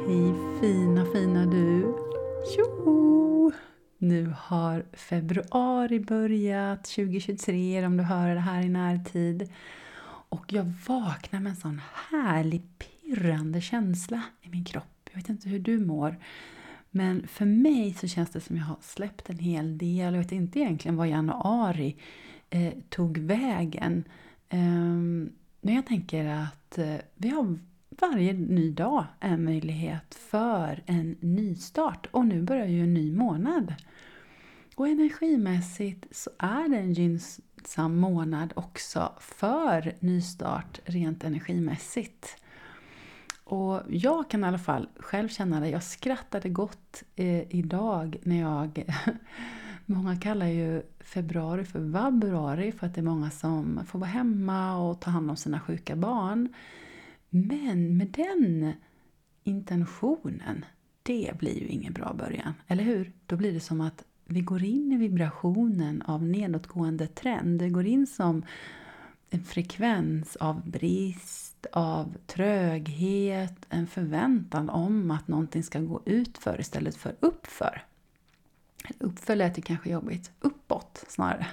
Hej fina du! Tjoho! Nu har februari börjat 2023 om du hör det här i närtid. Och jag vaknar med en sån härlig pirrande känsla i min kropp. Jag vet inte hur du mår. Men för mig så känns det som jag har släppt en hel del. Jag vet inte egentligen vad januari tog vägen. Men jag tänker att vi har varje ny dag en möjlighet för en ny start. Och nu börjar ju en ny månad. Och energimässigt så är det en gynnsam månad också för nystart rent energimässigt. Och jag kan i alla fall själv känna det. Jag skrattade gott idag när jag... Många kallar ju februari för vabruari för att det är många som får vara hemma och ta hand om sina sjuka barn. Men med den intentionen, det blir ju ingen bra början, eller hur? Då blir det som att vi går in i vibrationen av nedåtgående trend. Det går in som en frekvens av brist, av tröghet, en förväntan om att någonting ska gå utför istället för uppför. Uppför lät det kanske jobbigt, uppåt snarare.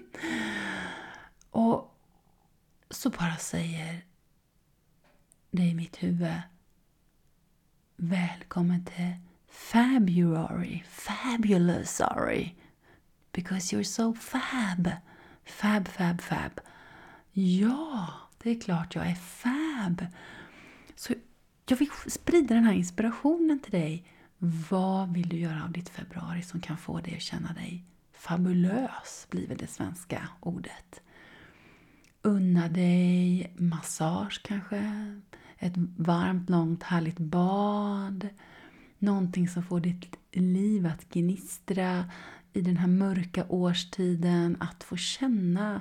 Och så bara säger det i mitt huvud: välkommen till February, fabulousary, because you're so fab. Fab. Ja, det är klart jag är fab. Så jag vill sprida den här inspirationen till dig. Vad vill du göra av ditt februari som kan få dig att känna dig fabulös, blir väl det svenska ordet. Unna dig massage kanske, ett varmt, långt, härligt bad. Någonting som får ditt liv att gnistra i den här mörka årstiden. Att få känna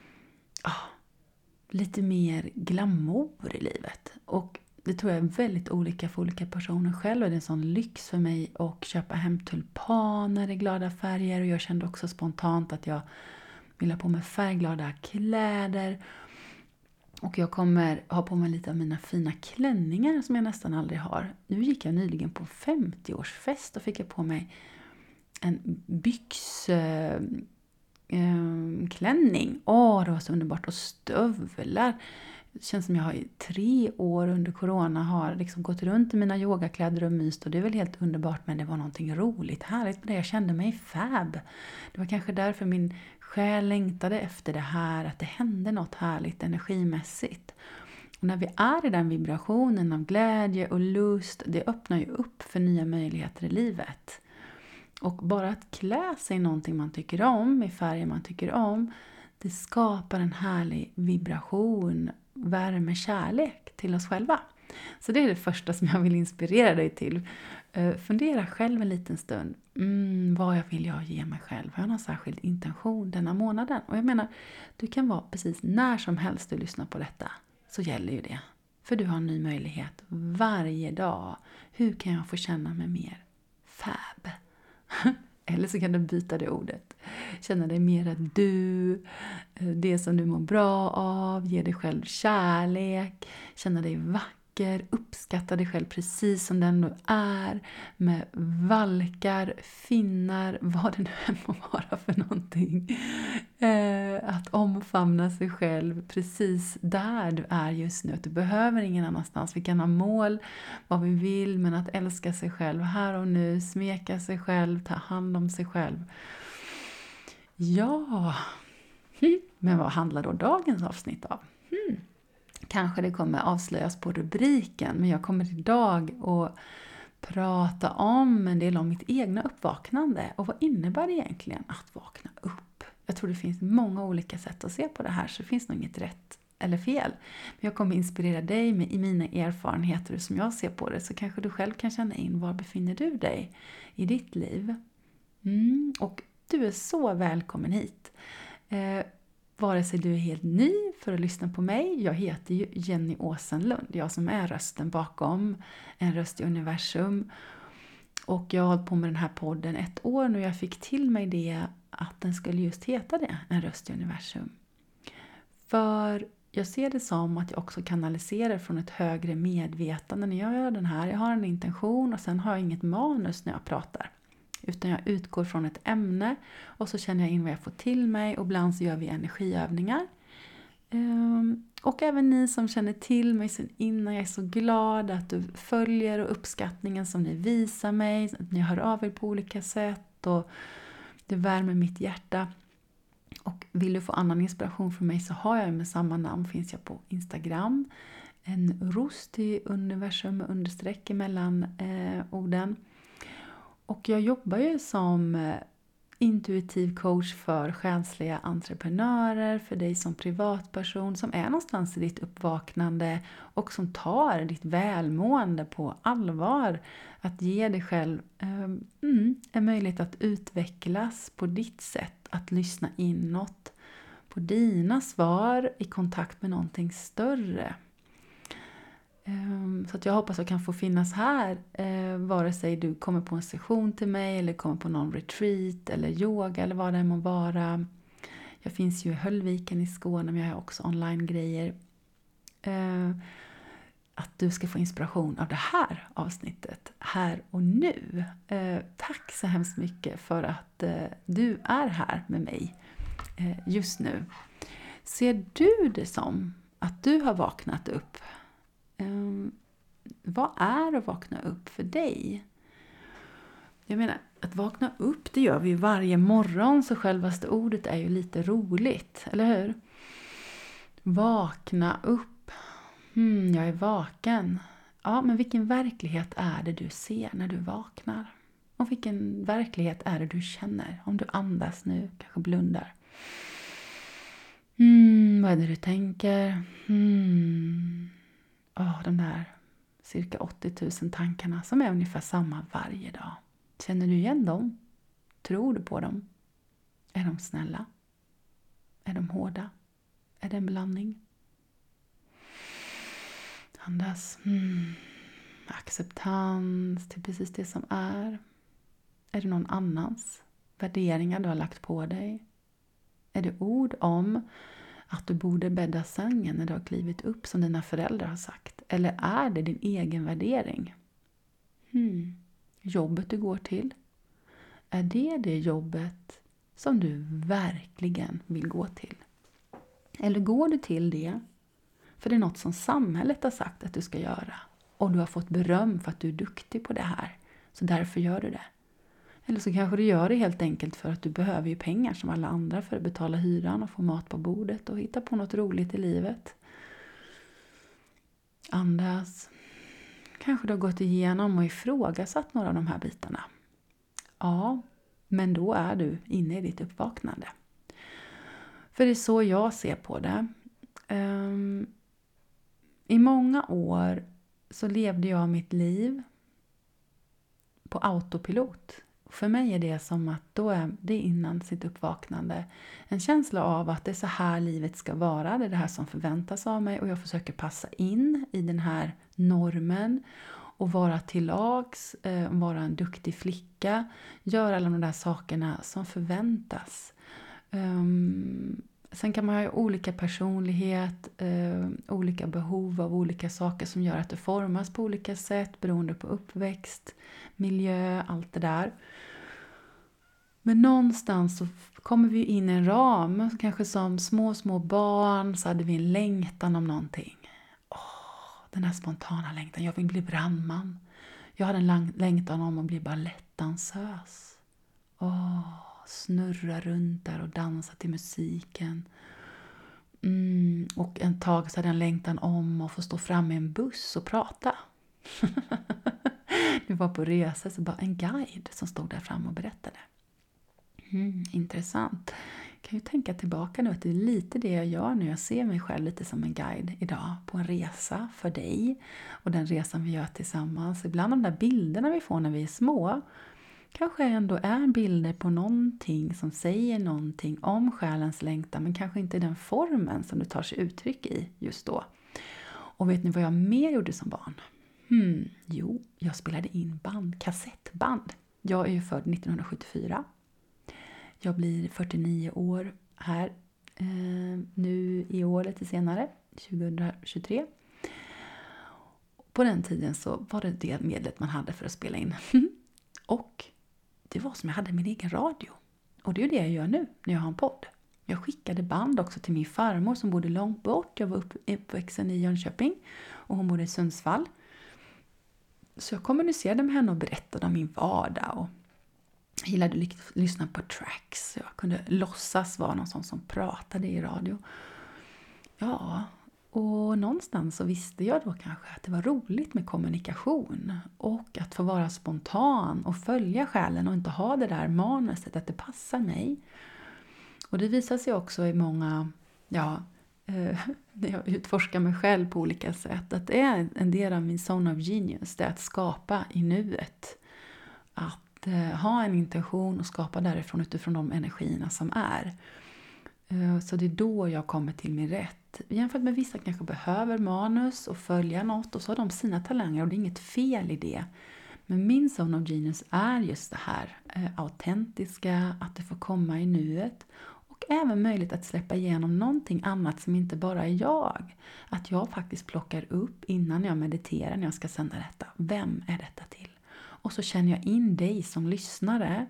lite mer glamour i livet. Och det tror jag är väldigt olika för olika personer. Själv är det en sån lyx för mig att köpa hem tulpaner i glada färger. Och jag kände också spontant att jag vill ha på mig färgglada kläder. Och jag kommer ha på mig lite av mina fina klänningar som jag nästan aldrig har. Nu gick jag nyligen på 50-årsfest och fick jag på mig en byxklänning. Det var så underbart. Och stövlar. Det känns som jag har i 3 år under corona har liksom gått runt i mina yogakläder och myst. Och det är väl helt underbart, men det var någonting roligt, härligt med det. Jag kände mig fab. Det var kanske därför min själ längtade efter det här. Att det hände något härligt energimässigt. Och när vi är i den vibrationen av glädje och lust, det öppnar ju upp för nya möjligheter i livet. Och bara att klä sig i någonting man tycker om, i färger man tycker om, det skapar en härlig vibration, värme, kärlek till oss själva. Så det är det första som jag vill inspirera dig till. Fundera själv en liten stund. Vad vill jag ge mig själv? Har jag någon särskild intention denna månaden? Och jag menar, du kan vara precis när som helst du lyssnar på detta. Så gäller ju det. För du har en ny möjlighet varje dag. Hur kan jag få känna mig mer fab? Eller så kan du byta det ordet. Känna dig mer du. Det som du mår bra av. Ge dig själv kärlek. Känna dig vacker. Uppskatta dig själv precis som den du är. Med valkar, finnar, vad det nu än må vara för någonting. Att omfamna sig själv precis där du är just nu. Att du behöver ingen annanstans. Vi kan ha mål, vad vi vill. Men att älska sig själv här och nu. Smeka sig själv, ta hand om sig själv. Ja, men vad handlar då dagens avsnitt av? Kanske det kommer avslöjas på rubriken, men jag kommer idag att prata om en del om mitt egna uppvaknande. Och vad innebär det egentligen att vakna upp? Jag tror det finns många olika sätt att se på det här, så det finns nog inget rätt eller fel. Men jag kommer inspirera dig med i mina erfarenheter som jag ser på det, så kanske du själv kan känna in var befinner du dig i ditt liv. Och du är så välkommen hit. Vare sig du är helt ny för att lyssna på mig. Jag heter ju Jenny Åsenlund. Jag som är rösten bakom En röst i universum. Och jag har hållit på med den här podden 1 år nu. Jag fick till mig det att den skulle just heta det. En röst i universum. För jag ser det som att jag också kanaliserar från ett högre medvetande när jag gör den här. Jag har en intention och sen har jag inget manus när jag pratar. Utan jag utgår från ett ämne och så känner jag in vad jag får till mig och ibland så gör vi energiövningar. Och även ni som känner till mig sen innan, jag är så glad att du följer och uppskattningen som ni visar mig, att ni hör av er på olika sätt och det värmer mitt hjärta. Och vill du få annan inspiration från mig så har jag med samma namn, finns jag på Instagram. En rost i universum med understreck mellan orden. Och jag jobbar ju som intuitiv coach för själsliga entreprenörer, för dig som privatperson som är någonstans i ditt uppvaknande och som tar ditt välmående på allvar. Att ge dig själv en möjlighet att utvecklas på ditt sätt, att lyssna inåt på dina svar i kontakt med någonting större. Så att jag hoppas att jag kan få finnas här vare sig du kommer på en session till mig eller kommer på någon retreat eller yoga eller vad det må vara. Jag finns ju i Höllviken i Skåne, men jag har också online-grejer. Att du ska få inspiration av det här avsnittet här och nu. Tack så hemskt mycket för att du är här med mig just nu. Ser du det som att du har vaknat upp? Vad är att vakna upp för dig? Jag menar, att vakna upp, det gör vi varje morgon, så självaste ordet är ju lite roligt, eller hur? Vakna upp. Jag är vaken. Ja, men vilken verklighet är det du ser när du vaknar? Och vilken verklighet är det du känner om du andas nu, kanske blundar? Vad är det du tänker? De där cirka 80 000 tankarna som är ungefär samma varje dag. Känner du igen dem? Tror du på dem? Är de snälla? Är de hårda? Är det en blandning? Andas. Acceptans till precis det som är. Är det någon annans värderingar du har lagt på dig? Är det ord om att du borde bädda sängen när du har klivit upp som dina föräldrar har sagt? Eller är det din egen värdering? Jobbet du går till? Är det jobbet som du verkligen vill gå till? Eller går du till det för det är något som samhället har sagt att du ska göra? Och du har fått beröm för att du är duktig på det här. Så därför gör du det. Eller så kanske du gör det helt enkelt för att du behöver ju pengar som alla andra för att betala hyran och få mat på bordet och hitta på något roligt i livet. Andas. Kanske du har gått igenom och ifrågasatt några av de här bitarna. Ja, men då är du inne i ditt uppvaknande. För det är så jag ser på det. I många år så levde jag mitt liv på autopilot. För mig är det som att då är det innan sitt uppvaknande en känsla av att det är så här livet ska vara. Det är det här som förväntas av mig och jag försöker passa in i den här normen och vara till lags, vara en duktig flicka, göra alla de där sakerna som förväntas. Sen kan man ha olika personlighet, olika behov av olika saker som gör att det formas på olika sätt beroende på uppväxt, miljö, allt det där. Men någonstans så kommer vi in i en ram, kanske som små barn så hade vi en längtan om någonting. Den här spontana längtan, jag vill bli brandman. Jag hade en längtan om att bli balettdansös. Snurra runt där och dansa till musiken. Och en tag så hade jag en längtan om att få stå fram i en buss och prata. Vi var på resa så bara en guide som stod där fram och berättade. Intressant. Kan ju tänka tillbaka nu att det är lite det jag gör nu. Jag ser mig själv lite som en guide idag på en resa för dig. Och den resan vi gör tillsammans. Ibland de där bilderna vi får när vi är små kanske ändå är bilder på någonting som säger någonting om själens längtan. Men kanske inte i den formen som det tar sig uttryck i just då. Och vet ni vad jag mer gjorde som barn? Jo, jag spelade in kassettband. Jag är ju född 1974. Jag blir 49 år här nu i år lite senare. 2023. På den tiden så var det medlet man hade för att spela in. Och det var som jag hade min egen radio. Och det är ju det jag gör nu när jag har en podd. Jag skickade band också till min farmor som bodde långt bort. Jag var uppvuxen i Jönköping och hon bodde i Sundsvall. Så jag kommunicerade med henne och berättade om min vardag. Och jag gillade att lyssna på tracks. Jag kunde låtsas vara någon sån som pratade i radio. Ja, och någonstans så visste jag då kanske att det var roligt med kommunikation. Och att få vara spontan och följa själen och inte ha det där manuset att det passar mig. Och det visar sig också i många, när jag utforskar mig själv på olika sätt, att det är en del av min zone of genius, det är att skapa i nuet. Att ha en intention och skapa därifrån utifrån de energierna som är. Så det är då jag kommer till min rätt. Jämfört med vissa kanske behöver manus och följa något och så har de sina talanger och det är inget fel i det. Men min zone of genius är just det här autentiska, att det får komma i nuet. Och även möjligt att släppa igenom någonting annat som inte bara är jag. Att jag faktiskt plockar upp innan jag mediterar när jag ska sända detta. Vem är detta till? Och så känner jag in dig som lyssnare.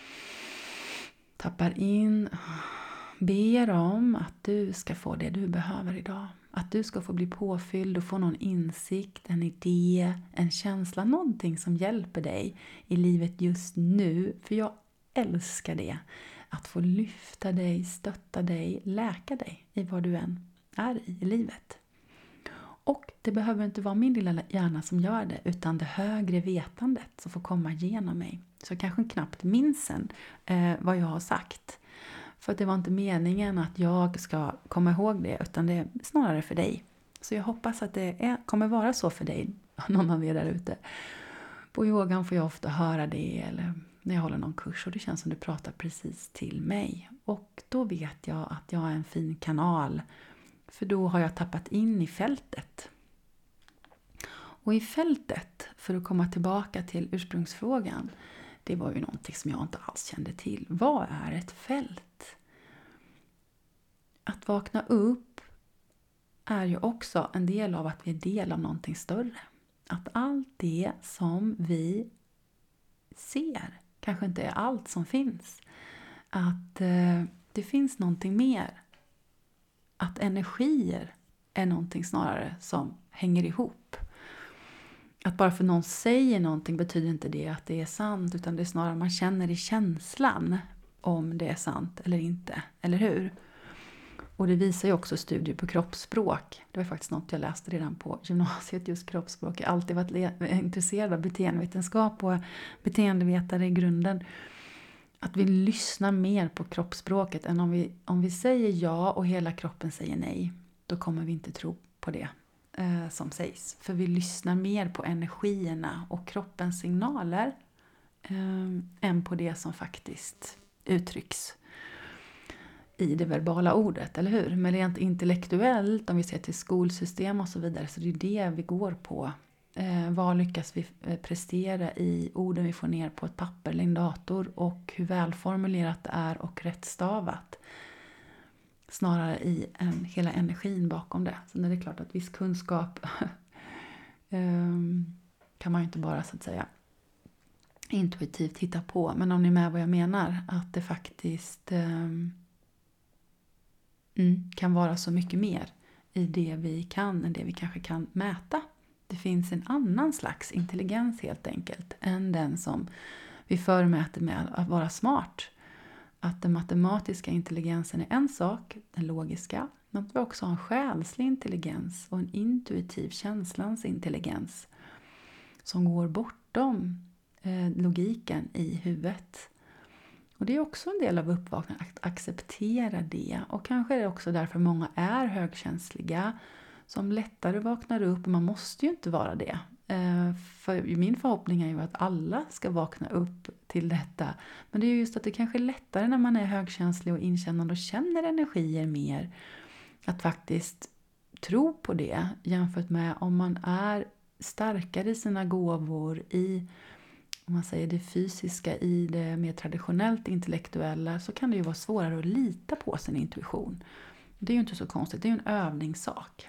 Tappar in, ber om att du ska få det du behöver idag. Att du ska få bli påfylld och få någon insikt, en idé, en känsla, någonting som hjälper dig i livet just nu. För jag älskar det. Att få lyfta dig, stötta dig, läka dig i vad du än är i livet. Och det behöver inte vara min lilla hjärna som gör det, utan det högre vetandet som får komma igenom mig. Så jag kanske knappt minns vad jag har sagt. För att det var inte meningen att jag ska komma ihåg det, utan det är snarare för dig. Så jag hoppas att det kommer vara så för dig, någon av er där ute. På yogan får jag ofta höra det, eller när jag håller någon kurs och det känns som du pratar precis till mig. Och då vet jag att jag är en fin kanal, för då har jag tappat in i fältet. Och i fältet, för att komma tillbaka till ursprungsfrågan, det var ju någonting som jag inte alls kände till. Vad är ett fält? Att vakna upp är ju också en del av att vi är del av någonting större. Att allt det som vi ser kanske inte är allt som finns. Att det finns någonting mer. Att energier är någonting snarare som hänger ihop. Att bara för någon säger någonting betyder inte det att det är sant, utan det är snarare man känner i känslan om det är sant eller inte, eller hur? Och det visar ju också studier på kroppsspråk. Det var faktiskt något jag läste redan på gymnasiet, just kroppsspråk. Jag har alltid varit intresserad av beteendevetenskap och beteendevetare i grunden. Att vi lyssnar mer på kroppsspråket än om vi säger ja och hela kroppen säger nej. Då kommer vi inte tro på det som sägs. För vi lyssnar mer på energierna och kroppens signaler än på det som faktiskt uttrycks i det verbala ordet, eller hur? Men rent intellektuellt, om vi ser till skolsystem och så vidare, så det är det vi går på. Vad lyckas vi prestera i orden vi får ner på ett papper eller en dator, och hur välformulerat det är och rättstavat. Snarare i hela energin bakom det. Så det är klart att viss kunskap kan man ju inte bara så att säga intuitivt hitta på. Men om ni är med vad jag menar, att det faktiskt kan vara så mycket mer i det vi kan än det vi kanske kan mäta. Det finns en annan slags intelligens helt enkelt än den som vi förmäter med att vara smart. Att den matematiska intelligensen är en sak, den logiska, men att vi också har en själslig intelligens och en intuitiv känslans intelligens som går bortom logiken i huvudet. Och det är också en del av uppvaknandet att acceptera det. Och kanske är det också därför många är högkänsliga, som lättare vaknar upp. Man måste ju inte vara det. För min förhoppning är ju att alla ska vakna upp till detta. Men det är just att det kanske är lättare när man är högkänslig och inkännande och känner energier mer. Att faktiskt tro på det jämfört med om man är starkare i sina gåvor, i om man säger det fysiska, i det mer traditionellt intellektuella, så kan det ju vara svårare att lita på sin intuition. Det är ju inte så konstigt, det är ju en övningssak.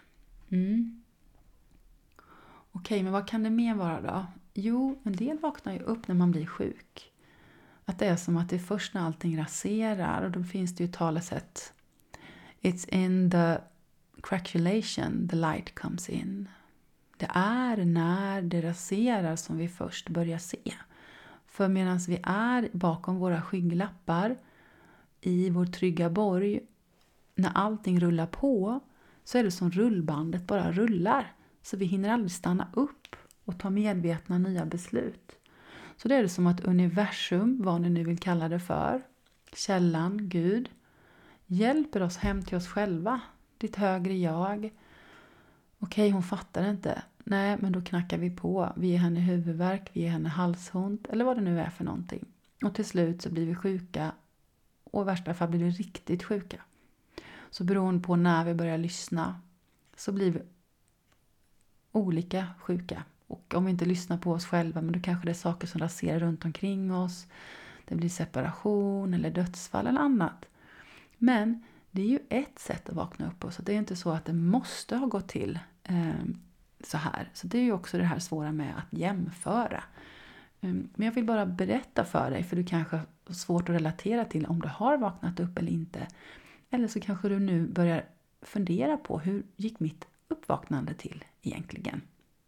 Mm. Okej, men vad kan det mer vara då? Jo, en del vaknar ju upp när man blir sjuk. Att det är som att det är först när allting raserar, och då finns det ju talesätt. It's in the craculation the light comes in. Det är när det raserar som vi först börjar se. För medan vi är bakom våra skygglappar i vår trygga borg, när allting rullar på, så är det som rullbandet bara rullar. Så vi hinner aldrig stanna upp och ta medvetna nya beslut. Så det är det som att universum, vad ni nu vill kalla det för, källan, Gud, hjälper oss hem till oss själva, ditt högre jag. Okej, hon fattar inte. Nej, men då knackar vi på. Vi ger henne huvudvärk, vi ger henne halsont eller vad det nu är för någonting. Och till slut så blir vi sjuka, och i värsta fall blir vi riktigt sjuka. Så beroende på när vi börjar lyssna så blir vi olika sjuka. Och om vi inte lyssnar på oss själva, men då kanske det är saker som raserar runt omkring oss. Det blir separation eller dödsfall eller annat. Men det är ju ett sätt att vakna upp på. Så det är inte så att det måste ha gått till så här. Så det är ju också det här svåra med att jämföra. Men jag vill bara berätta för dig, för du kanske har svårt att relatera till om du har vaknat upp eller inte. Eller så kanske du nu börjar fundera på hur gick mitt uppvaknande till egentligen.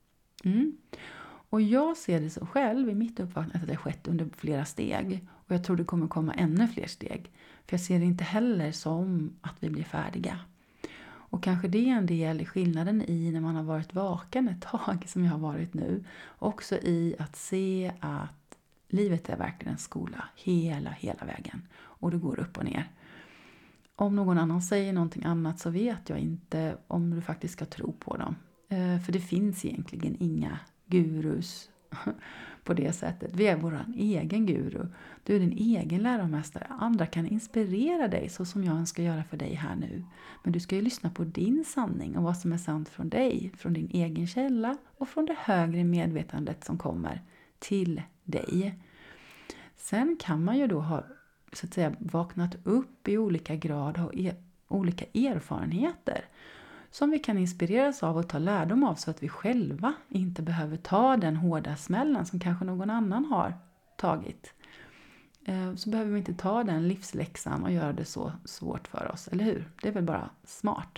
Och jag ser det så själv i mitt uppvaknande att det har skett under flera steg. Och jag tror det kommer komma ännu fler steg. För jag ser det inte heller som att vi blir färdiga. Och kanske det är en del i skillnaden i när man har varit vaken ett tag som jag har varit nu. Också i att se att livet är verkligen en skola hela vägen. Och det går upp och ner. Om någon annan säger någonting annat så vet jag inte om du faktiskt ska tro på dem. För det finns egentligen inga gurus på det sättet. Vi är vår egen guru. Du är din egen läromästare. Andra kan inspirera dig så som jag ska göra för dig här nu. Men du ska ju lyssna på din sanning och vad som är sant från dig. Från din egen källa och från det högre medvetandet som kommer till dig. Sen kan man ju då ha så att säga vaknat upp i olika grad och olika erfarenheter som vi kan inspireras av och ta lärdom av så att vi själva inte behöver ta den hårda smällen som kanske någon annan har tagit. Så behöver vi inte ta den livsläxan och göra det så svårt för oss, eller hur? Det är väl bara smart.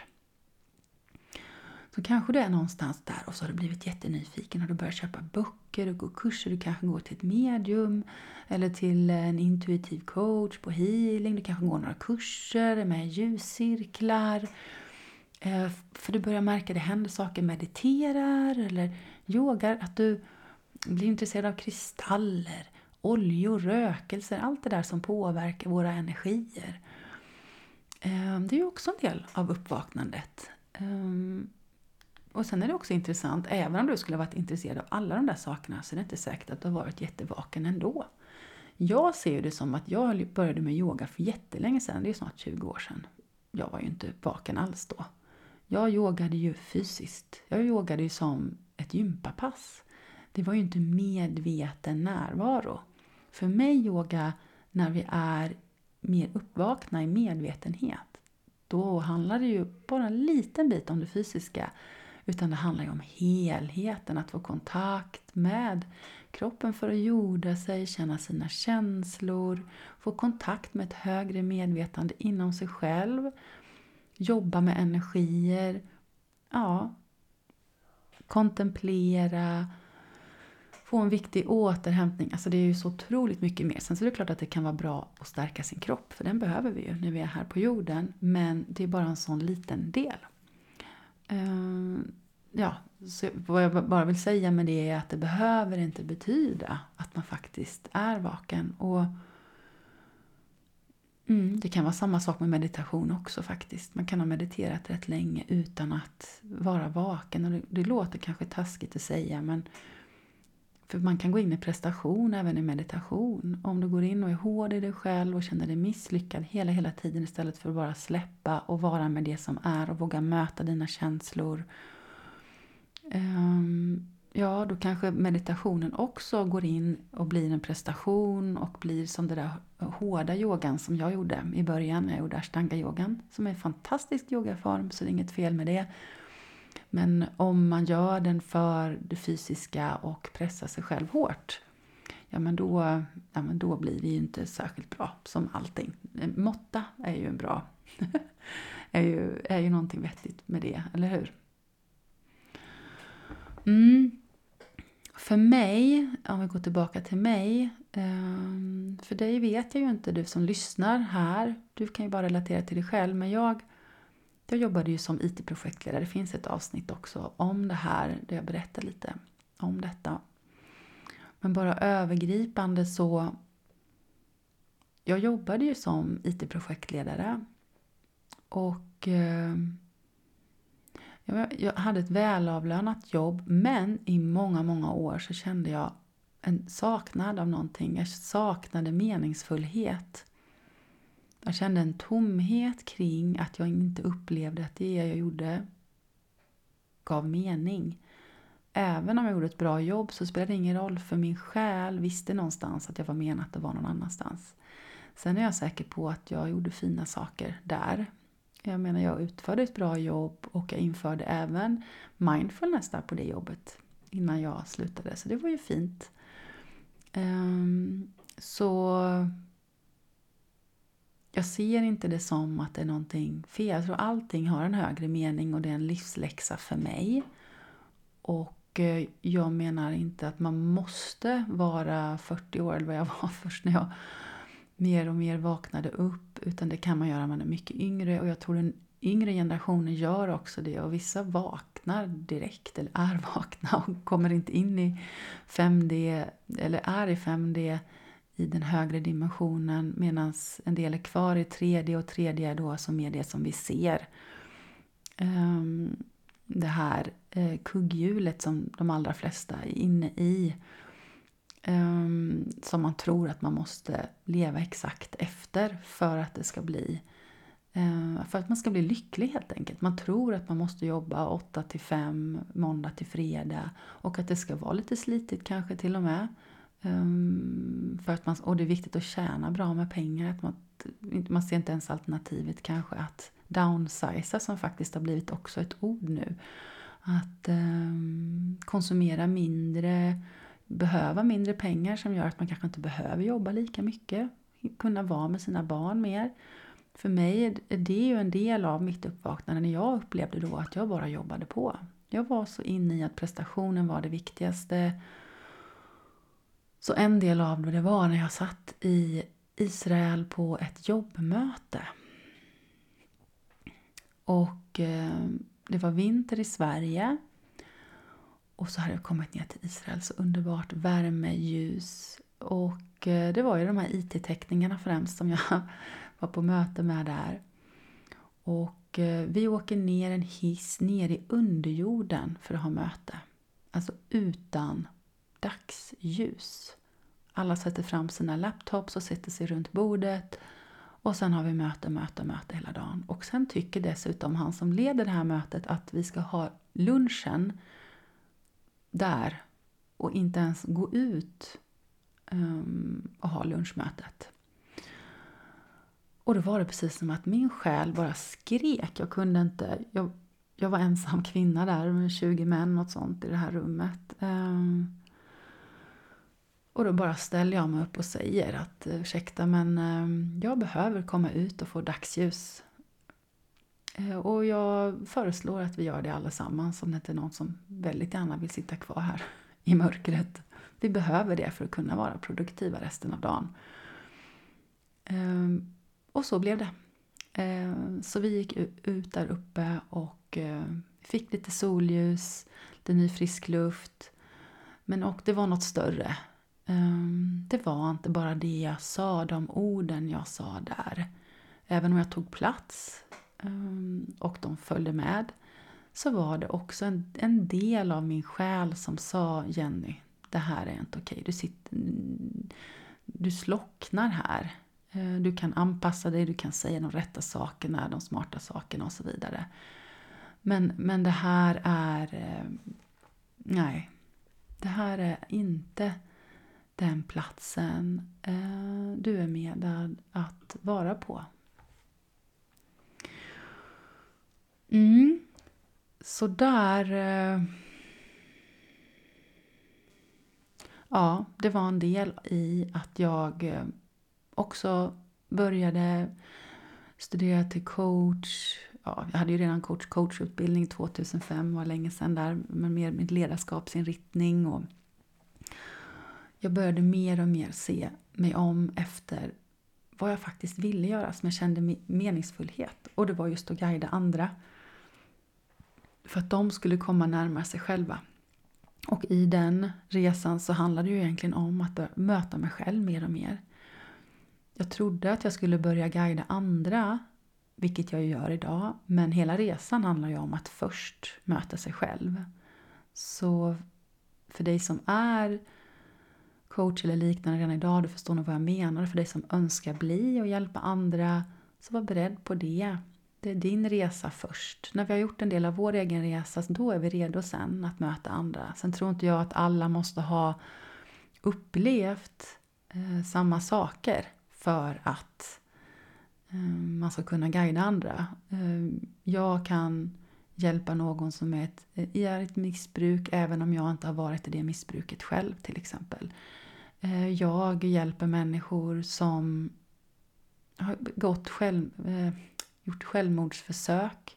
Så kanske du är någonstans där och så har du blivit jättenyfiken och du börjar köpa böcker och gå kurser. Du kanske går till ett medium eller till en intuitiv coach på healing. Du kanske går några kurser med ljuscirklar. För du börjar märka att det händer saker, mediterar eller yogar. Att du blir intresserad av kristaller, oljor, rökelser. Allt det där som påverkar våra energier. Det är ju också en del av uppvaknandet. Och sen är det också intressant, även om du skulle ha varit intresserad av alla de där sakerna så är det inte säkert att du har varit jättevaken ändå. Jag ser det som att jag började med yoga för jättelänge sedan, det är snart 20 år sedan. Jag var ju inte vaken alls då. Jag yogade ju fysiskt, jag yogade ju som ett gympapass. Det var ju inte medveten närvaro. För mig yoga, när vi är mer uppvakna i medvetenhet, då handlar det ju bara en liten bit om det fysiska. Utan det handlar ju om helheten, att få kontakt med kroppen för att jorda sig, känna sina känslor, få kontakt med ett högre medvetande inom sig själv, jobba med energier, kontemplera, få en viktig återhämtning. Alltså det är ju så otroligt mycket mer. Sen så är det klart att det kan vara bra att stärka sin kropp, för den behöver vi ju när vi är här på jorden. Men det är bara en sån liten del. Så vad jag bara vill säga med det är att det behöver inte betyda att man faktiskt är vaken. Och det kan vara samma sak med meditation också faktiskt. Man kan ha mediterat rätt länge utan att vara vaken. Och det låter kanske taskigt att säga, men för man kan gå in i prestation även i meditation. Om du går in och är hård i dig själv och känner dig misslyckad hela tiden istället för att bara släppa och vara med det som är och våga möta dina känslor. Då kanske meditationen också går in och blir en prestation och blir som det där hårda yogan som jag gjorde i början. Jag gjorde ashtanga yogan som är en fantastisk yogaform, så det är inget fel med det. Men om man gör den för det fysiska och pressar sig själv hårt, ja men då blir det ju inte särskilt bra som allting. Måtta är ju en bra, är ju någonting vettigt med det, eller hur? För mig, om vi går tillbaka till mig, för dig vet jag ju inte, du som lyssnar här, du kan ju bara relatera till dig själv, men jag jobbade ju som IT-projektledare. Det finns ett avsnitt också om det här, där jag berättar lite om detta. Men bara övergripande så, jag jobbade ju som IT-projektledare och jag hade ett välavlönat jobb, men i många, många år så kände jag en saknad av någonting. Jag saknade meningsfullhet. Jag kände en tomhet kring att jag inte upplevde att det jag gjorde gav mening. Även om jag gjorde ett bra jobb så spelade det ingen roll, för min själ visste någonstans att jag var menat att vara någon annanstans. Sen är jag säker på att jag gjorde fina saker där. Jag menar, jag utförde ett bra jobb och jag införde även mindfulness där på det jobbet innan jag slutade. Så det var ju fint. Så jag ser inte det som att det är någonting fel. Jag tror allting har en högre mening och det är en livsläxa för mig. Och jag menar inte att man måste vara 40 år eller vad jag var först när jag mer och mer vaknade upp. Utan det kan man göra när man är mycket yngre. Och jag tror den yngre generationen gör också det. Och vissa vaknar direkt eller är vakna och kommer inte in i 5D eller är i 5D i den högre dimensionen. Medan en del är kvar i 3D och 3D är då som är det som vi ser. Det här kugghjulet som de allra flesta är inne i. Som man tror att man måste leva exakt efter för att det ska bli för att man ska bli lycklig helt enkelt. Man tror att man måste jobba 8-5 måndag till fredag och att det ska vara lite slitigt kanske till och med. För att och det är viktigt att tjäna bra med pengar. Att man ser inte ens alternativet kanske att downsiza, som faktiskt har blivit också ett ord nu. Att konsumera mindre, behöva mindre pengar som gör att man kanske inte behöver jobba lika mycket. Kunna vara med sina barn mer. För mig är det ju en del av mitt uppvaknande när jag upplevde då att jag bara jobbade på. Jag var så inne i att prestationen var det viktigaste. Så en del av det var när jag satt i Israel på ett jobbmöte. Och det var vinter i Sverige. Och så hade jag kommit ner till Israel, så underbart värme, ljus. Och det var ju de här IT-teckningarna främst som jag var på möte med där. Och vi åker ner en hiss ner i underjorden för att ha möte. Alltså utan dagsljus. Alla sätter fram sina laptops och sätter sig runt bordet. Och sen har vi möte hela dagen. Och sen tycker dessutom han som leder det här mötet att vi ska ha lunchen där. Och inte ens gå ut och ha lunchmötet. Och då var det precis som att min själ bara skrek. Jag kunde inte. Jag var ensam kvinna där med 20 män och sånt i det här rummet. Och då bara ställer jag mig upp och säger att ursäkta, men jag behöver komma ut och få dagsljus. Och jag föreslår att vi gör det allesammans om det inte är någon som väldigt gärna vill sitta kvar här i mörkret. Vi behöver det för att kunna vara produktiva resten av dagen. Och så blev det. Så vi gick ut där uppe och fick lite solljus, lite ny frisk luft. Och det var något större. Det var inte bara det jag sa, de orden jag sa där. Även om jag tog plats och de följde med, så var det också en del av min själ som sa: Jenny, det här är inte okej. Du slocknar här. Du kan anpassa dig, du kan säga de rätta sakerna, de smarta sakerna och så vidare. Men det här är nej, det här är inte den platsen du är med att vara på. Så där, ja, det var en del i att jag också började studera till coach. Ja, jag hade ju redan coachutbildning 2005, var länge sedan där, men mer med ledarskapsinriktning. Och jag började mer och mer se mig om efter vad jag faktiskt ville göra, som jag kände meningsfullhet. Och det var just att guida andra. För att de skulle komma närmare sig själva. Och i den resan så handlade det ju egentligen om att möta mig själv mer och mer. Jag trodde att jag skulle börja guida andra, vilket jag gör idag. Men hela resan handlar ju om att först möta sig själv. Så för dig som är coach eller liknande redan idag, du förstår nog vad jag menar. För dig som önskar bli och hjälpa andra, så var beredd på det. Det är din resa först. När vi har gjort en del av vår egen resa, då är vi redo sen att möta andra. Sen tror inte jag att alla måste ha upplevt samma saker för att man ska kunna guida andra. Jag kan hjälpa någon som är i ett missbruk, även om jag inte har varit i det missbruket själv till exempel. Jag hjälper människor som har gjort självmordsförsök.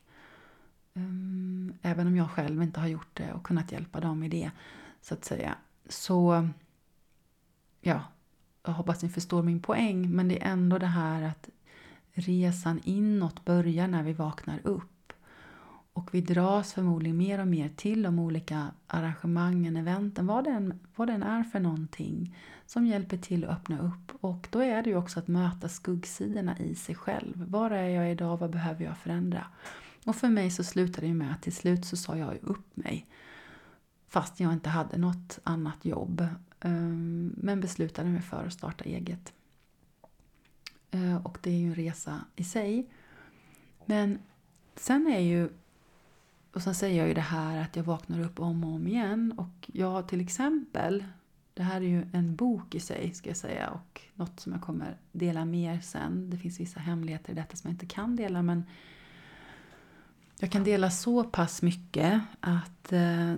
Även om jag själv inte har gjort det och kunnat hjälpa dem i det, så att säga. Så ja, jag hoppas ni förstår min poäng. Men det är ändå det här att resan inåt börjar när vi vaknar upp. Och vi dras förmodligen mer och mer till de olika arrangemangen, eventen, vad den är för någonting som hjälper till att öppna upp. Och då är det ju också att möta skuggsidorna i sig själv. Var är jag idag? Vad behöver jag förändra? Och för mig så slutade det med att till slut så sa jag ju upp mig. Fast jag inte hade något annat jobb. Men beslutade mig för att starta eget. Och det är ju en resa i sig. Men sen är ju, och sen säger jag ju det här att jag vaknar upp om och om igen. Och jag till exempel, det här är ju en bok i sig ska jag säga. Och något som jag kommer dela mer sen. Det finns vissa hemligheter i detta som jag inte kan dela. Men jag kan dela så pass mycket att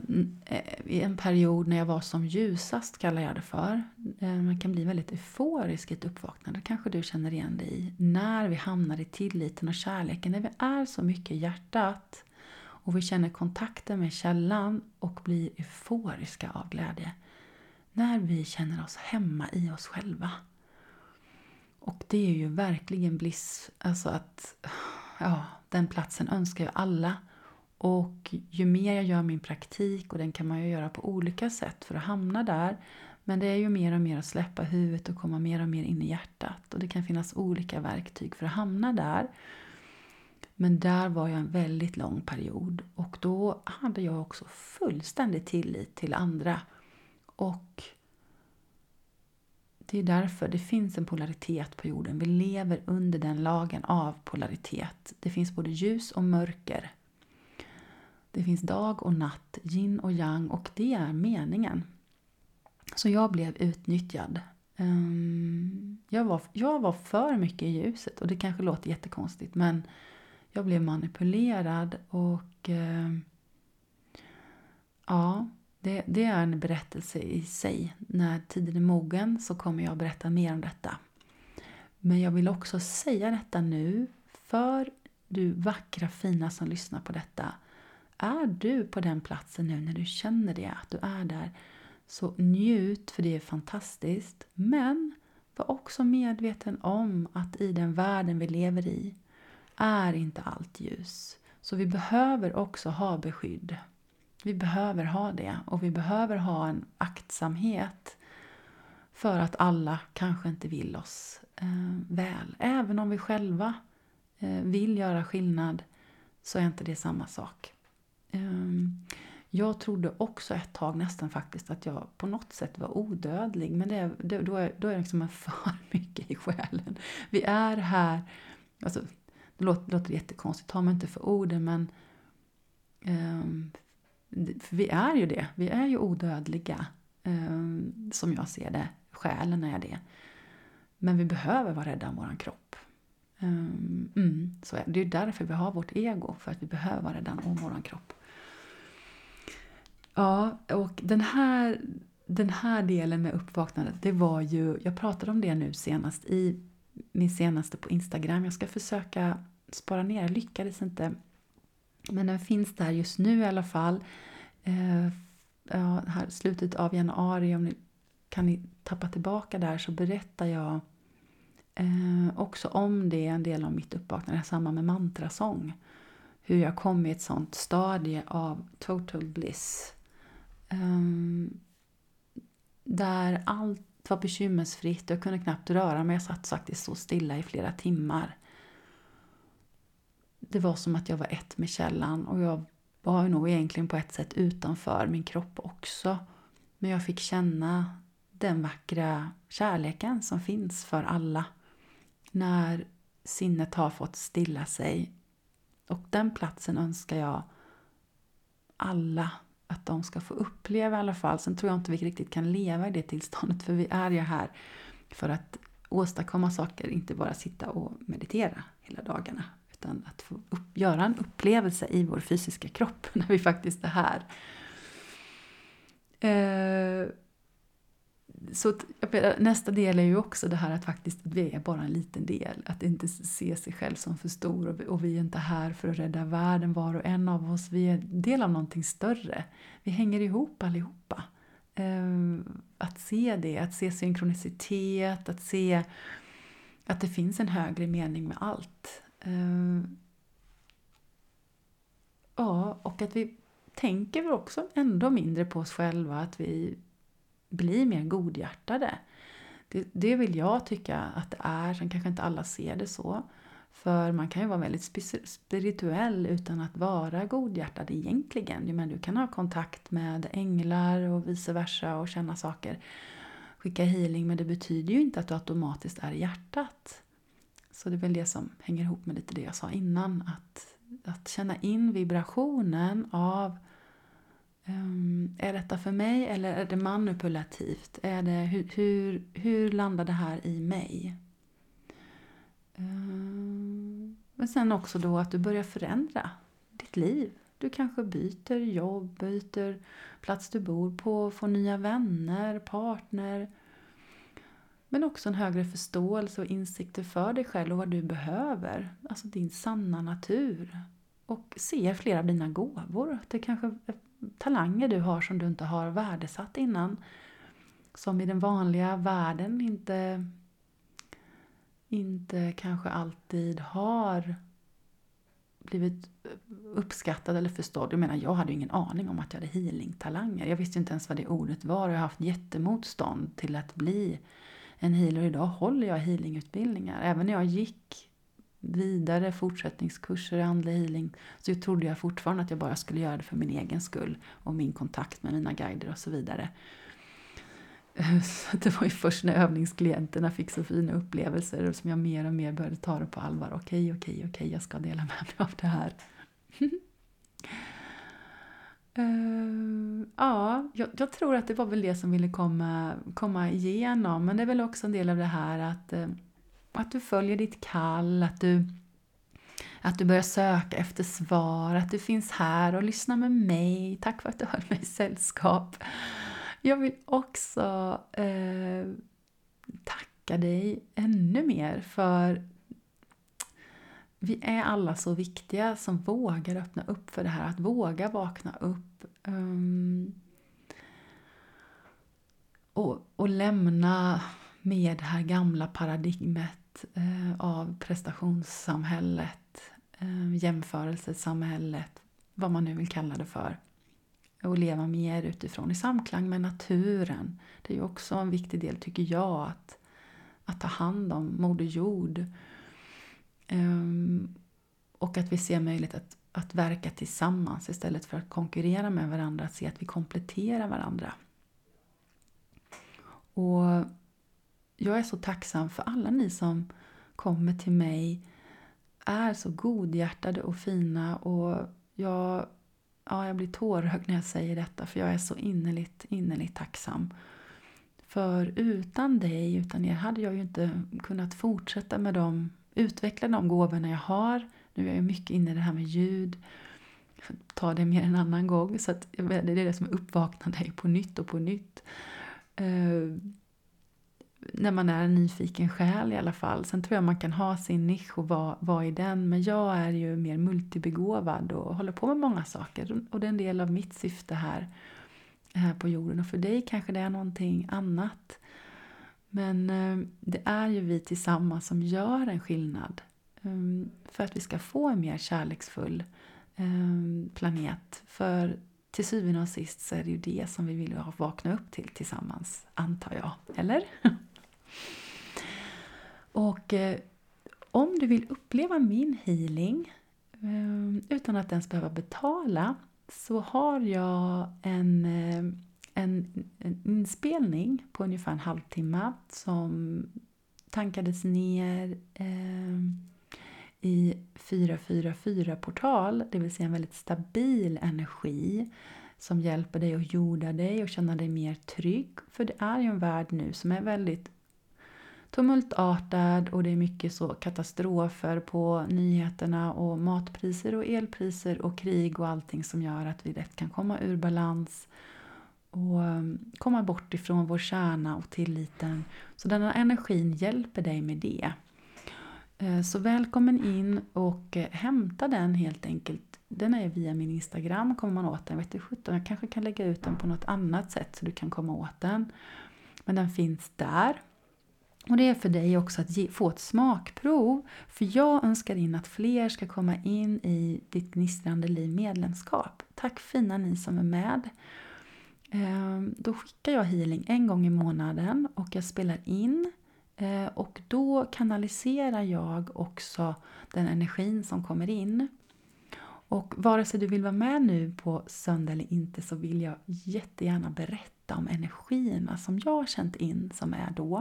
i en period när jag var som ljusast, kallar jag det för. Man kan bli väldigt euforisk i ett uppvaknande. Kanske du känner igen dig i. När vi hamnar i tilliten och kärleken. När vi är så mycket i hjärtat. Och vi känner kontakten med källan och blir euforiska av glädje. När vi känner oss hemma i oss själva. Och det är ju verkligen bliss. Alltså att, ja, den platsen önskar ju alla. Och ju mer jag gör min praktik, och den kan man ju göra på olika sätt för att hamna där. Men det är ju mer och mer att släppa huvudet och komma mer och mer in i hjärtat. Och det kan finnas olika verktyg för att hamna där. Men där var jag en väldigt lång period. Och då hade jag också fullständig tillit till andra. Och det är därför det finns en polaritet på jorden. Vi lever under den lagen av polaritet. Det finns både ljus och mörker. Det finns dag och natt, yin och yang, och det är meningen. Så jag blev utnyttjad. Jag var för mycket i ljuset, och det kanske låter jättekonstigt, men jag blev manipulerad och ja, det är en berättelse i sig. När tiden är mogen så kommer jag berätta mer om detta. Men jag vill också säga detta nu för du vackra fina som lyssnar på detta. Är du på den platsen nu när du känner det, att du är där, så njut, för det är fantastiskt. Men var också medveten om att i den världen vi lever i är inte allt ljus. Så vi behöver också ha beskydd. Vi behöver ha det, och vi behöver ha en aktsamhet för att alla kanske inte vill oss väl. Även om vi själva vill göra skillnad, så är inte det samma sak. Jag trodde också ett tag nästan faktiskt att jag på något sätt var odödlig. Men då är det liksom för mycket i själen. Vi är här, alltså, det låter jättekonstigt, ta mig inte för orden, men för vi är ju det. Vi är ju odödliga, som jag ser det. Själen är det. Men vi behöver vara rädda om våran kropp. Så det är därför vi har vårt ego. För att vi behöver vara rädda om våran kropp. Ja, och den här delen med uppvaknandet, det var ju, jag pratade om det nu senast i min senaste på Instagram. Jag ska försöka spara ner, jag lyckades inte. Men den finns där just nu i alla fall. Här slutet av januari, om ni kan tappa tillbaka där, så berättar jag också om det, en del av mitt uppvaknande, samma med mantrasång. Hur jag kom i ett sånt stadie av total bliss. Där allt var bekymmersfritt. Jag kunde knappt röra mig. Jag satt faktiskt så stilla i flera timmar. Det var som att jag var ett med källan. Och jag var nog egentligen på ett sätt utanför min kropp också. Men jag fick känna den vackra kärleken som finns för alla. När sinnet har fått stilla sig. Och den platsen önskar jag alla att de ska få uppleva i alla fall. Sen tror jag inte vi riktigt kan leva i det tillståndet. För vi är ju här för att åstadkomma saker. Inte bara sitta och meditera hela dagarna. Utan att få göra en upplevelse i vår fysiska kropp när vi faktiskt är här. Så nästa del är ju också det här att faktiskt vi är bara en liten del. Att inte se sig själv som för stor. Och vi är inte här för att rädda världen, var och en av oss. Vi är en del av någonting större. Vi hänger ihop allihopa. Att se det, att se synkronicitet, att se att det finns en högre mening med allt. Ja, och att vi tänker väl också ändå mindre på oss själva, att vi blir mer godhjärtade. Det vill jag tycka att det är. Sen kanske inte alla ser det så. För man kan ju vara väldigt spirituell utan att vara godhjärtad egentligen. Men du kan ha kontakt med änglar och vice versa och känna saker. Skicka healing, men det betyder ju inte att du automatiskt är i hjärtat. Så det är väl det som hänger ihop med lite det jag sa innan. Att känna in vibrationen av är detta för mig eller är det manipulativt? Är det, hur landar det här i mig? Men sen också då att du börjar förändra ditt liv. Du kanske byter jobb, byter plats du bor på, får nya vänner, partner. Men också en högre förståelse och insikter för dig själv och vad du behöver. Alltså din sanna natur. Och ser flera av dina gåvor. Det kanske är talanger du har som du inte har värdesatt innan. Som i den vanliga världen inte kanske alltid har blivit uppskattad eller förstådd. Jag menar, jag hade ju ingen aning om att jag hade healing-talanger. Jag visste inte ens vad det ordet var. Jag har haft jättemotstånd till att bli en healer. Idag håller jag healingutbildningar. Även när jag gick vidare fortsättningskurser i andlig healing så trodde jag fortfarande att jag bara skulle göra det för min egen skull och min kontakt med mina guider och så vidare. Så det var ju först när övningsklienterna fick så fina upplevelser som jag mer och mer började ta det på allvar. Okej, jag ska dela med mig av det här. Ja, jag tror att det var väl det som ville komma igenom. Men det är väl också en del av det här att du följer ditt kall, att du börjar söka efter svar, att du finns här och lyssnar med mig. Tack för att du höll mig i sällskap. Jag vill också tacka dig ännu mer för vi är alla så viktiga som vågar öppna upp för det här. Att våga vakna upp och lämna med det här gamla paradigmet av prestationssamhället, jämförelsesamhället, vad man nu vill kalla det för. Och leva mer utifrån i samklang med naturen. Det är ju också en viktig del tycker jag att ta hand om Moder Jord. Och att vi ser möjlighet att verka tillsammans istället för att konkurrera med varandra. Att se att vi kompletterar varandra. Och jag är så tacksam för alla ni som kommer till mig. Är så godhjärtade och fina. Och jag blir tårögd när jag säger detta. För jag är så innerligt tacksam. För utan dig, utan er hade jag ju inte kunnat fortsätta med utveckla de gåvorna jag har. Nu är jag mycket inne i det här med ljud. Jag får ta det mer en annan gång. Så att det är det som uppvaknar dig på nytt och på nytt. När man är en nyfiken själ i alla fall. Sen tror jag man kan ha sin nisch och vara i den. Men jag är ju mer multibegåvad och håller på med många saker. Och det är en del av mitt syfte här på jorden. Och för dig kanske det är någonting annat. Men det är ju vi tillsammans som gör en skillnad. För att vi ska få en mer kärleksfull planet. För till syvende och sist så är det ju det som vi vill vakna upp till tillsammans, antar jag. Eller? Och om du vill uppleva min healing utan att ens behöva betala, så har jag en inspelning på ungefär en halvtimme som tankades ner i 444-portal, det vill säga en väldigt stabil energi som hjälper dig att jorda dig och känna dig mer trygg. För det är ju en värld nu som är väldigt tumultartad och det är mycket så katastrofer på nyheterna och matpriser och elpriser och krig och allting som gör att vi lätt kan komma ur balans och komma bort ifrån vår kärna och tilliten. Så den här energin hjälper dig med det. Så välkommen in och hämta den helt enkelt. Den är via min Instagram, kommer man åt den. Jag kanske kan lägga ut den på något annat sätt så du kan komma åt den. Men den finns där. Och det är för dig också att få ett smakprov. För jag önskar in att fler ska komma in i ditt gnistrande liv medlemskap. Tack fina ni som är med. Då skickar jag healing en gång i månaden och jag spelar in. Och då kanaliserar jag också den energin som kommer in. Och vare sig du vill vara med nu på söndag eller inte, så vill jag jättegärna berätta om energierna som jag har känt in som är då.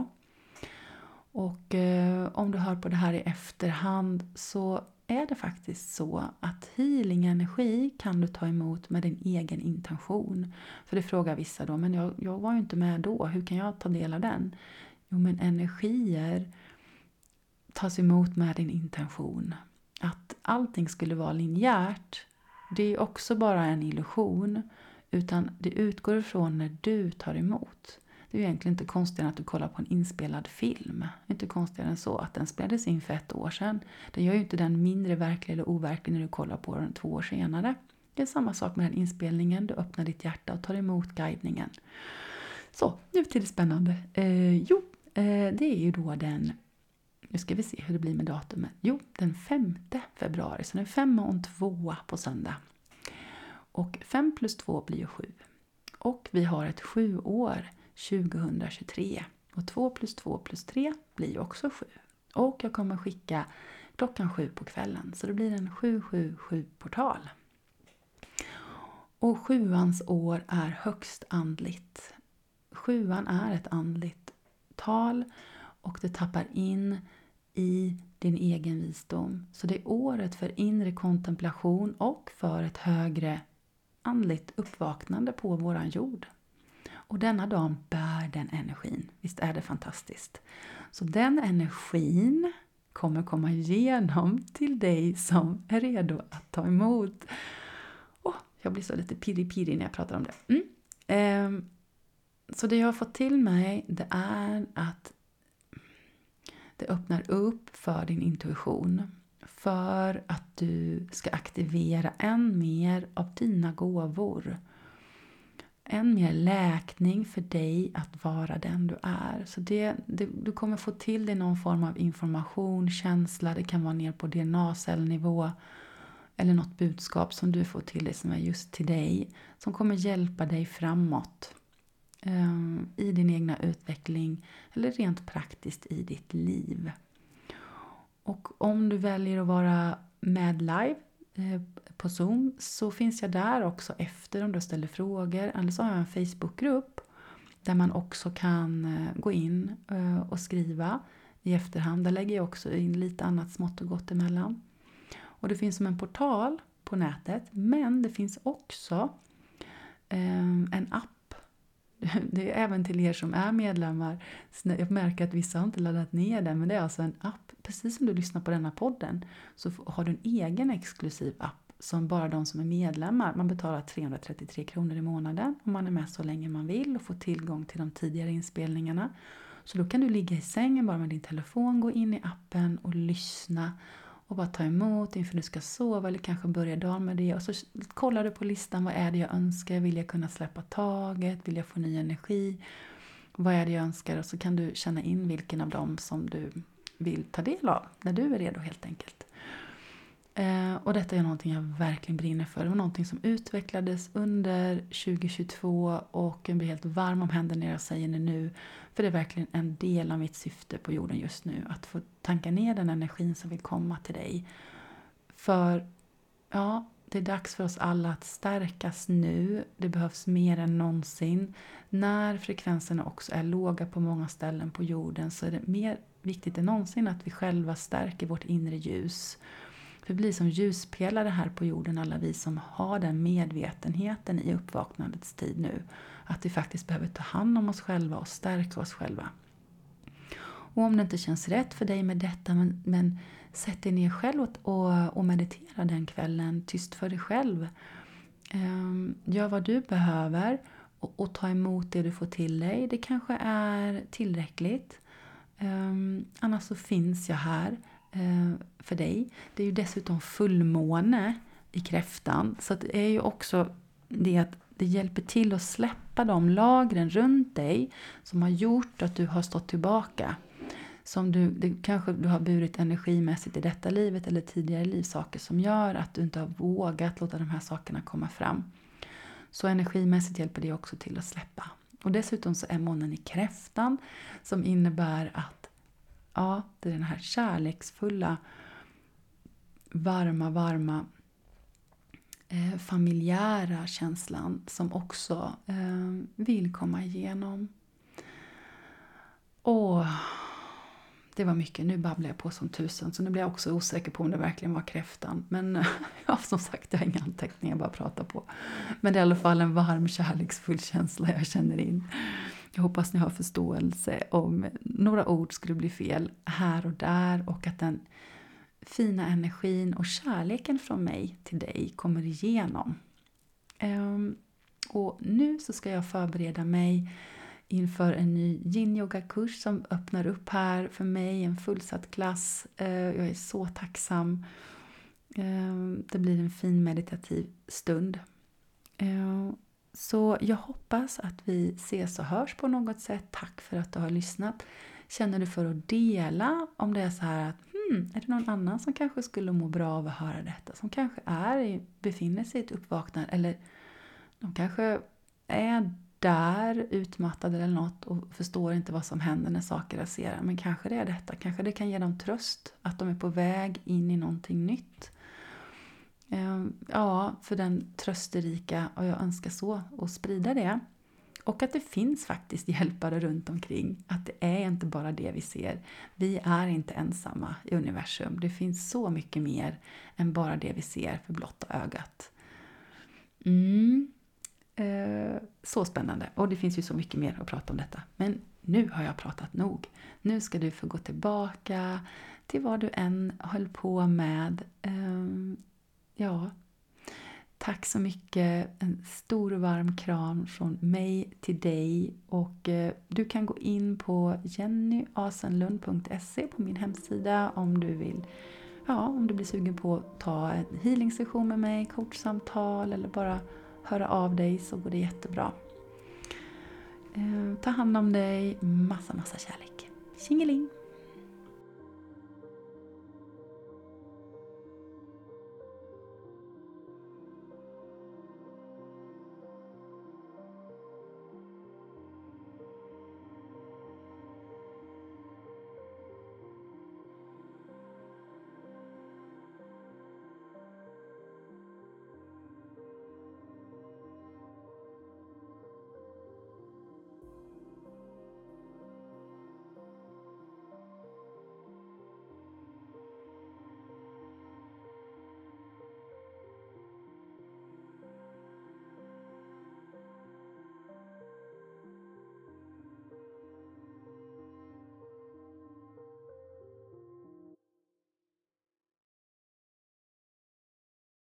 Och om du hör på det här i efterhand, så är det faktiskt så att healing-energi kan du ta emot med din egen intention. För det frågar vissa då, men jag var ju inte med då, hur kan jag ta del av den? Jo, men energier tas emot med din intention. Att allting skulle vara linjärt, det är också bara en illusion. Utan det utgår ifrån när du tar emot. Det är egentligen inte konstigt att du kollar på en inspelad film. Det är inte konstigare än så att den spelades in för 1 år sedan. Det gör ju inte den mindre verklig eller overklig när du kollar på den 2 år senare. Det är samma sak med den inspelningen. Du öppnar ditt hjärta och tar emot guidningen. Så, nu till det spännande. Det är ju då nu ska vi se hur det blir med datumet. Den 5 februari. Så det är 5 och en 2 på söndag. Och 5 plus 2 blir ju 7. Och vi har ett 7-år 2023. Och 2 plus 2 plus 3 blir ju också 7. Och jag kommer skicka klockan 7 på kvällen. Så det blir en 777-portal. Och 7:ans år är högst andligt. 7:an är ett andligt tal. Och det tappar in i din egen visdom. Så det är året för inre kontemplation och för ett högre andligt uppvaknande på våran jord. Och denna dag bär den energin. Visst är det fantastiskt? Så den energin kommer komma igenom till dig som är redo att ta emot. Jag blir så lite pirrig när jag pratar om det. Så det jag har fått till mig, det är att det öppnar upp för din intuition. För att du ska aktivera än mer av dina gåvor. Än mer läkning för dig att vara den du är. Så du kommer få till dig någon form av information, känsla. Det kan vara ner på DNA-cellnivå. Eller något budskap som du får till dig som är just till dig. Som kommer hjälpa dig framåt. I din egna utveckling. Eller rent praktiskt i ditt liv. Och om du väljer att vara med live på Zoom, så finns jag där också efter om du ställer frågor. Eller så har jag en Facebookgrupp där man också kan gå in och skriva i efterhand. Där lägger jag också in lite annat smått och gott emellan. Och det finns som en portal på nätet, men det finns också en app. Det är även till er som är medlemmar. Jag märker att vissa har inte laddat ner den, men det är alltså en app. Precis som du lyssnar på denna podden så har du en egen exklusiv app som bara de som är medlemmar. Man betalar 333 kronor i månaden om man är med så länge man vill och får tillgång till de tidigare inspelningarna. Så då kan du ligga i sängen bara med din telefon, gå in i appen och lyssna och bara ta emot inför du ska sova eller kanske börja dagen med det. Och så kollar du på listan, vad är det jag önskar? Vill jag kunna släppa taget? Vill jag få ny energi? Vad är det jag önskar? Och så kan du känna in vilken av dem som du vill ta del av när du är redo helt enkelt. Och detta är någonting jag verkligen brinner för. Det var någonting som utvecklades under 2022 och jag blir helt varm om händerna när jag säger det nu. För det är verkligen en del av mitt syfte på jorden just nu. Att få tanka ner den energin som vill komma till dig. För ja, det är dags för oss alla att stärkas nu. Det behövs mer än någonsin. När frekvenserna också är låga på många ställen på jorden så är det mer viktigt än någonsin att vi själva stärker vårt inre ljus. Vi blir som ljuspelare här på jorden, alla vi som har den medvetenheten i uppvaknandets tid nu. Att vi faktiskt behöver ta hand om oss själva och stärka oss själva. Och om det inte känns rätt för dig med detta, men sätt dig ner själv och meditera den kvällen tyst för dig själv. Gör vad du behöver och ta emot det du får till dig. Det kanske är tillräckligt. Annars så finns jag här för dig. Det är ju dessutom fullmåne i kräftan. Så att det är ju också det att det hjälper till att släppa de lagren runt dig som har gjort att du har stått tillbaka. Som kanske du har burit energimässigt i detta livet eller tidigare livsaker som gör att du inte har vågat låta de här sakerna komma fram. Så energimässigt hjälper det också till att släppa. Och dessutom så är månen i kräftan som innebär att ja, det är den här kärleksfulla, varma, familjära känslan som också vill komma igenom. Och det var mycket, nu babblar jag på som tusen så nu blir jag också osäker på om det verkligen var kräftan. Men ja, som sagt, jag har inga anteckningar, jag bara pratar på. Men det är i alla fall en varm, kärleksfull känsla jag känner in. Jag hoppas ni har förståelse om några ord skulle bli fel här och där och att den fina energin och kärleken från mig till dig kommer igenom. Och nu så ska jag förbereda mig inför en ny yin-yoga-kurs som öppnar upp här för mig, en fullsatt klass. Jag är så tacksam. Det blir en fin meditativ stund. Så jag hoppas att vi ses och hörs på något sätt. Tack för att du har lyssnat. Känner du för att dela om det är så här att är det någon annan som kanske skulle må bra av att höra detta? Som kanske befinner sig i ett uppvaknande eller de kanske är där utmattade eller något och förstår inte vad som händer när saker raserar. Men kanske det är detta. Kanske det kan ge dem tröst att de är på väg in i någonting nytt. Ja, för den trösterika och jag önskar så och sprida det. Och att det finns faktiskt hjälpare runt omkring. Att det är inte bara det vi ser. Vi är inte ensamma i universum. Det finns så mycket mer än bara det vi ser för blotta ögat. Så spännande. Och det finns ju så mycket mer att prata om detta. Men nu har jag pratat nog. Nu ska du få gå tillbaka till vad du än höll på med. Ja, tack så mycket. En stor varm kram från mig till dig. Och du kan gå in på jennyasenlund.se på min hemsida om du vill. Ja, om du blir sugen på att ta en healing-session med mig, coachsamtal eller bara höra av dig så går det jättebra. Ta hand om dig. Massa kärlek. Tjingeling!